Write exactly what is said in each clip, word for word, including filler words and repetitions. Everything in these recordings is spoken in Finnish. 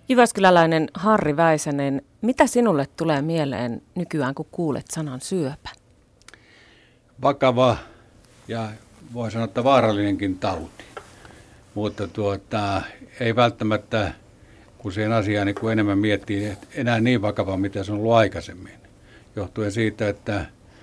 Jyväskyläläinen Harri Väisänen, mitä sinulle tulee mieleen nykyään, kun kuulet sanan syöpä? Vakava ja voi sanoa, että vaarallinenkin tauti, mutta tuota, ei välttämättä, kun siihen asiaan niin kun enemmän miettii, enää niin vakava, mitä se on ollut aikaisemmin. Johtuen siitä, että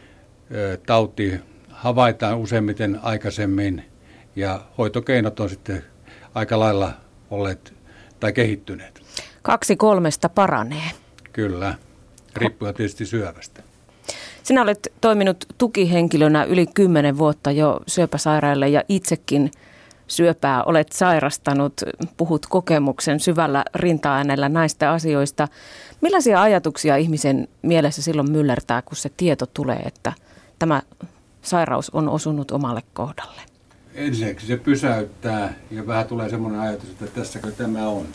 ö, tauti havaitaan useimmiten aikaisemmin ja hoitokeinot on sitten aika lailla olleet tai kehittyneet. Kaksi kolmesta paranee. Kyllä, riippuen tietysti syövästä. Sinä olet toiminut tukihenkilönä yli kymmenen vuotta jo syöpäsairaille ja itsekin syöpää olet sairastanut. Puhut kokemuksen syvällä rintaäänellä näistä asioista. Millaisia ajatuksia ihmisen mielessä silloin myllertää, kun se tieto tulee, että tämä sairaus on osunut omalle kohdalle? Ensinnäkin se pysäyttää ja vähän tulee semmoinen ajatus, että tässäkö tämä on.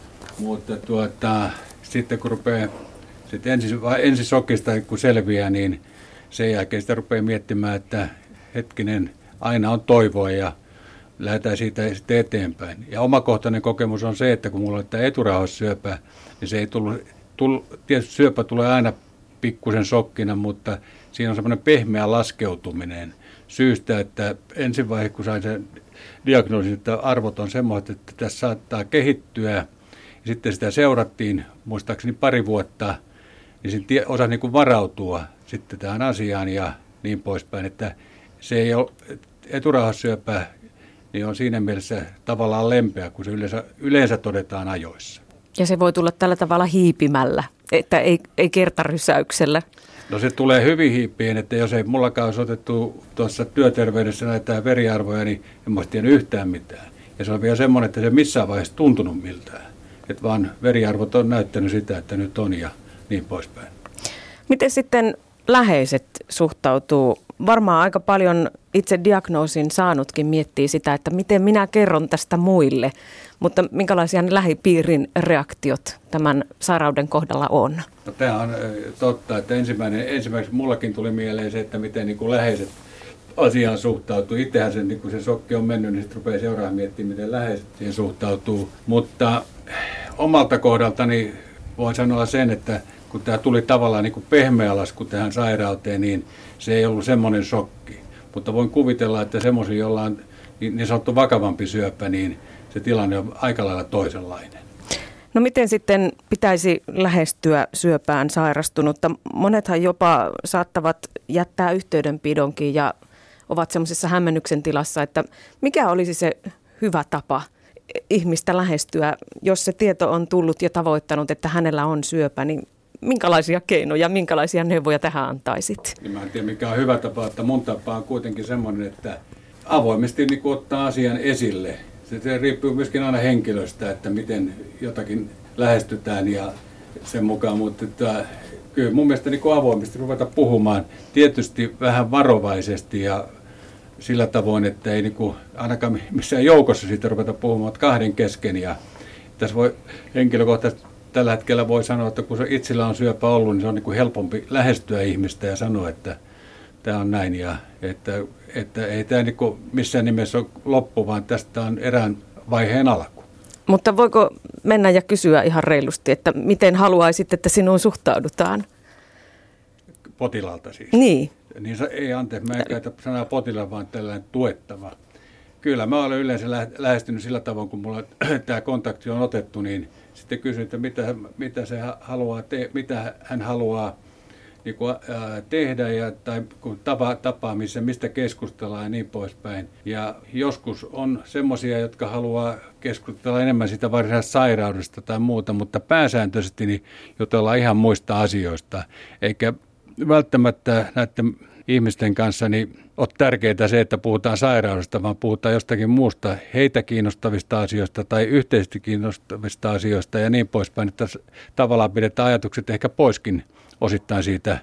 Mutta tuota, sitten kun rupeaa, sitten ensi, ensi sokista kun selviää, niin sen jälkeen sitä rupeaa miettimään, että hetkinen, aina on toivoa ja lähdetään siitä sitten eteenpäin. Ja omakohtainen kokemus on se, että kun mulla on tämä eturauhassyöpä, niin se ei tullut, tullut, tietysti syöpä tulee aina pikkusen shokkina, mutta siinä on semmoinen pehmeä laskeutuminen syystä, että ensin vaiheessa, kun sain sen diagnoosin, että arvot on semmoiset, että tässä saattaa kehittyä, ja sitten sitä seurattiin muistaakseni pari vuotta, niin sitten osasi niin kuin varautua sitten tähän asiaan ja niin poispäin, että se ei ole eturauhassyöpä, niin on siinä mielessä tavallaan lempeä, kun se yleensä, yleensä todetaan ajoissa. Ja se voi tulla tällä tavalla hiipimällä, että ei, ei kertarysäyksellä. No se tulee hyvin hiippiin, että jos ei mullakaan olisi otettu tuossa työterveydessä näitä veriarvoja, niin en olisi tiennyt yhtään mitään. Ja se on vielä semmoinen, että se ei missään vaiheessa tuntunut miltään. Että vaan veriarvot on näyttänyt sitä, että nyt on ja niin poispäin. Miten sitten läheiset suhtautuu? Varmaan aika paljon itse diagnoosin saanutkin miettii sitä, että miten minä kerron tästä muille. Mutta minkälaisia ne lähipiirin reaktiot tämän sairauden kohdalla on? No, tämä on totta, että ensimmäinen, ensimmäiseksi mullakin tuli mieleen se, että miten niin kuin läheiset asiaan suhtautuu. Itsehän se, niin kun se shokki on mennyt, niin sitten rupeaa seuraamaan miettimään, miten läheiset siihen suhtautuu. Mutta omalta kohdaltani voin sanoa sen, että kun tämä tuli tavallaan niin kuin pehmeä lasku tähän sairauteen, niin se ei ollut semmoinen shokki. Mutta voin kuvitella, että semmoisia, jolla on niin sanottu vakavampi syöpä, niin se tilanne on aika lailla toisenlainen. No miten sitten pitäisi lähestyä syöpään sairastunutta? Monethan jopa saattavat jättää yhteydenpidonkin ja ovat semmoisessa hämmennyksen tilassa, että mikä olisi se hyvä tapa ihmistä lähestyä, jos se tieto on tullut ja tavoittanut, että hänellä on syöpä, niin minkälaisia keinoja, minkälaisia neuvoja tähän antaisit? Niin mä en tiedä, mikä on hyvä tapa, että mun tapa on kuitenkin semmoinen, että avoimesti niin ottaa asian esille. Se, se riippuu myöskin aina henkilöstä, että miten jotakin lähestytään ja sen mukaan, mutta että, kyllä mun mielestä niin avoimesti ruveta puhumaan, tietysti vähän varovaisesti ja sillä tavoin, että ei niin kuin, ainakaan missään joukossa siitä ruveta puhumaan kahden kesken. Ja tässä voi henkilökohtaisesti tällä hetkellä voi sanoa, että kun se itsellä on syöpä ollut, niin se on niin kuin helpompi lähestyä ihmistä ja sanoa, että tämä on näin ja että, että ei tämä niin kuin missään nimessä ole loppu, vaan tästä on erään vaiheen alku. Mutta voiko mennä ja kysyä ihan reilusti, että miten haluaisit, että sinuun suhtaudutaan? Potilaalta siis? Niin. Niin ei anteeksi, mä en käytä sanaa potilaan, vaan tällainen tuettava. Kyllä, mä olen yleensä lähestynyt sillä tavoin, kun mulla tämä kontakti on otettu, niin sitten kysyn, että mitä, mitä, se haluaa te, mitä hän haluaa niin kuin, ää, tehdä ja, tai kun tapa, tapaamisen, mistä keskustellaan ja niin poispäin. Ja joskus on semmoisia, jotka haluaa keskustella enemmän sitä varsinaisesta sairaudesta tai muuta, mutta pääsääntöisesti niin jutellaan ihan muista asioista, eikä välttämättä näiden ihmisten kanssa niin on tärkeää se, että puhutaan sairaudesta, vaan puhutaan jostakin muusta heitä kiinnostavista asioista tai yhteisesti kiinnostavista asioista ja niin poispäin, että tavallaan pidetään ajatukset ehkä poiskin osittain siitä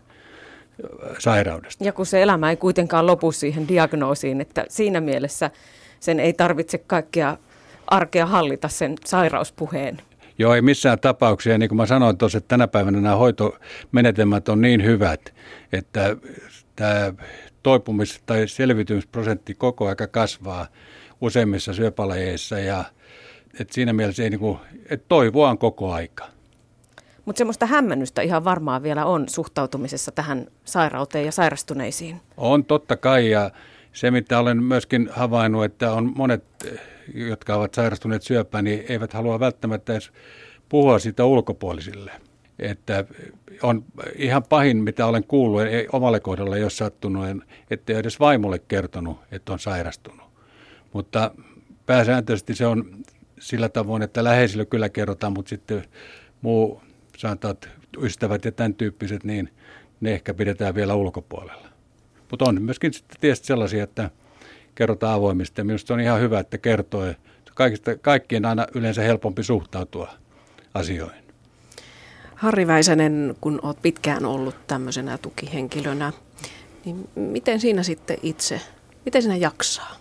sairaudesta. Ja kun se elämä ei kuitenkaan lopu siihen diagnoosiin, että siinä mielessä sen ei tarvitse kaikkea arkea hallita sen sairauspuheen. Joo, ei missään tapauksessa. Niin kuin mä sanoin tuossa, että tänä päivänä nämä hoitomenetelmät on niin hyvät, että tämä toipumis- tai selviytymisprosentti koko aika kasvaa useimmissa syöpälajeissa ja et siinä mielessä ei niinku, et toivoa on koko aika. Mutta semmoista hämmennystä ihan varmaan vielä on suhtautumisessa tähän sairauteen ja sairastuneisiin. On totta kai, ja se mitä olen myöskin havainnut, että on monet, jotka ovat sairastuneet syöpään, niin eivät halua välttämättä edes puhua siitä ulkopuolisille. Että on ihan pahin, mitä olen kuullut, ei omalle kohdalle ei ole sattunut, ettei edes vaimolle kertonut, että on sairastunut. Mutta pääsääntöisesti se on sillä tavoin, että läheisille kyllä kerrotaan, mutta sitten muu, sanotaan, ystävät ja tämän tyyppiset, niin ne ehkä pidetään vielä ulkopuolella. Mutta on myöskin sitten tietysti sellaisia, että kerrotaan avoimesti. Ja minusta on ihan hyvä, että kertoo. Kaikista, kaikkien aina yleensä helpompi suhtautua asioihin. Harri Väisänen, kun olet pitkään ollut tämmöisenä tukihenkilönä, niin miten siinä sitten itse, miten siinä jaksaa?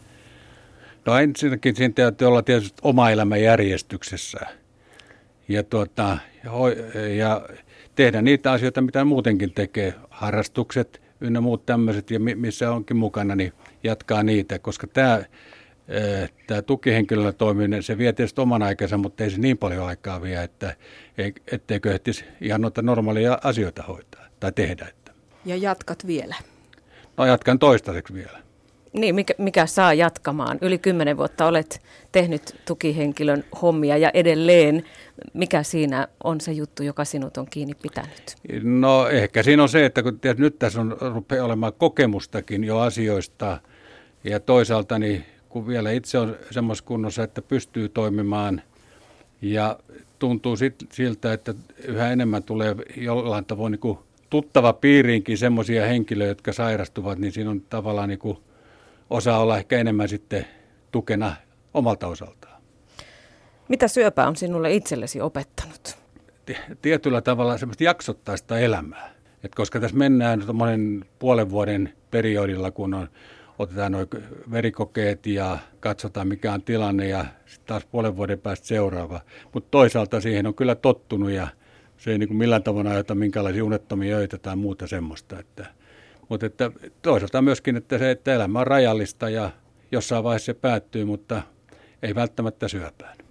No ensinnäkin siinä täytyy olla tietysti oma elämä järjestyksessä ja, tuota, ja tehdä niitä asioita, mitä muutenkin tekee, harrastukset ynnä muut tämmöiset ja missä onkin mukana, niin jatkaa niitä, koska tämä, tämä tukihenkilönä toiminen, se vie tietysti oman aikansa, mutta ei se niin paljon aikaa vie, että etteikö ehtisi ihan noita normaaleja asioita hoitaa tai tehdä. Että. Ja jatkat vielä? No jatkan toistaiseksi vielä. Niin, mikä, mikä saa jatkamaan? Yli kymmenen vuotta olet tehnyt tukihenkilön hommia ja edelleen. Mikä siinä on se juttu, joka sinut on kiinni pitänyt? No ehkä siinä on se, että kun tiedät, nyt tässä on rupeaa olemaan kokemustakin jo asioista ja toisaalta niin kun vielä itse on semmoisessa kunnossa, että pystyy toimimaan ja tuntuu sit, siltä, että yhä enemmän tulee jollain tavoin niin kuin tuttava piiriinkin semmoisia henkilöitä, jotka sairastuvat, niin siinä on tavallaan niin kuin osaa olla ehkä enemmän sitten tukena omalta osaltaan. Mitä syöpä on sinulle itsellesi opettanut? Tietyllä tavalla semmoista jaksottaista elämää. Et koska tässä mennään tuommoinen puolen vuoden periodilla, kun on, otetaan nuo verikokeet ja katsotaan mikä on tilanne ja sitten taas puolen vuoden päästä seuraava. Mutta toisaalta siihen on kyllä tottunut ja se ei niin kuin millään tavoin ajata minkälaisia unettomia öitä tai muuta semmoista. Että, mutta että toisaalta myöskin, että se että elämä on rajallista ja jossain vaiheessa se päättyy, mutta ei välttämättä syöpään.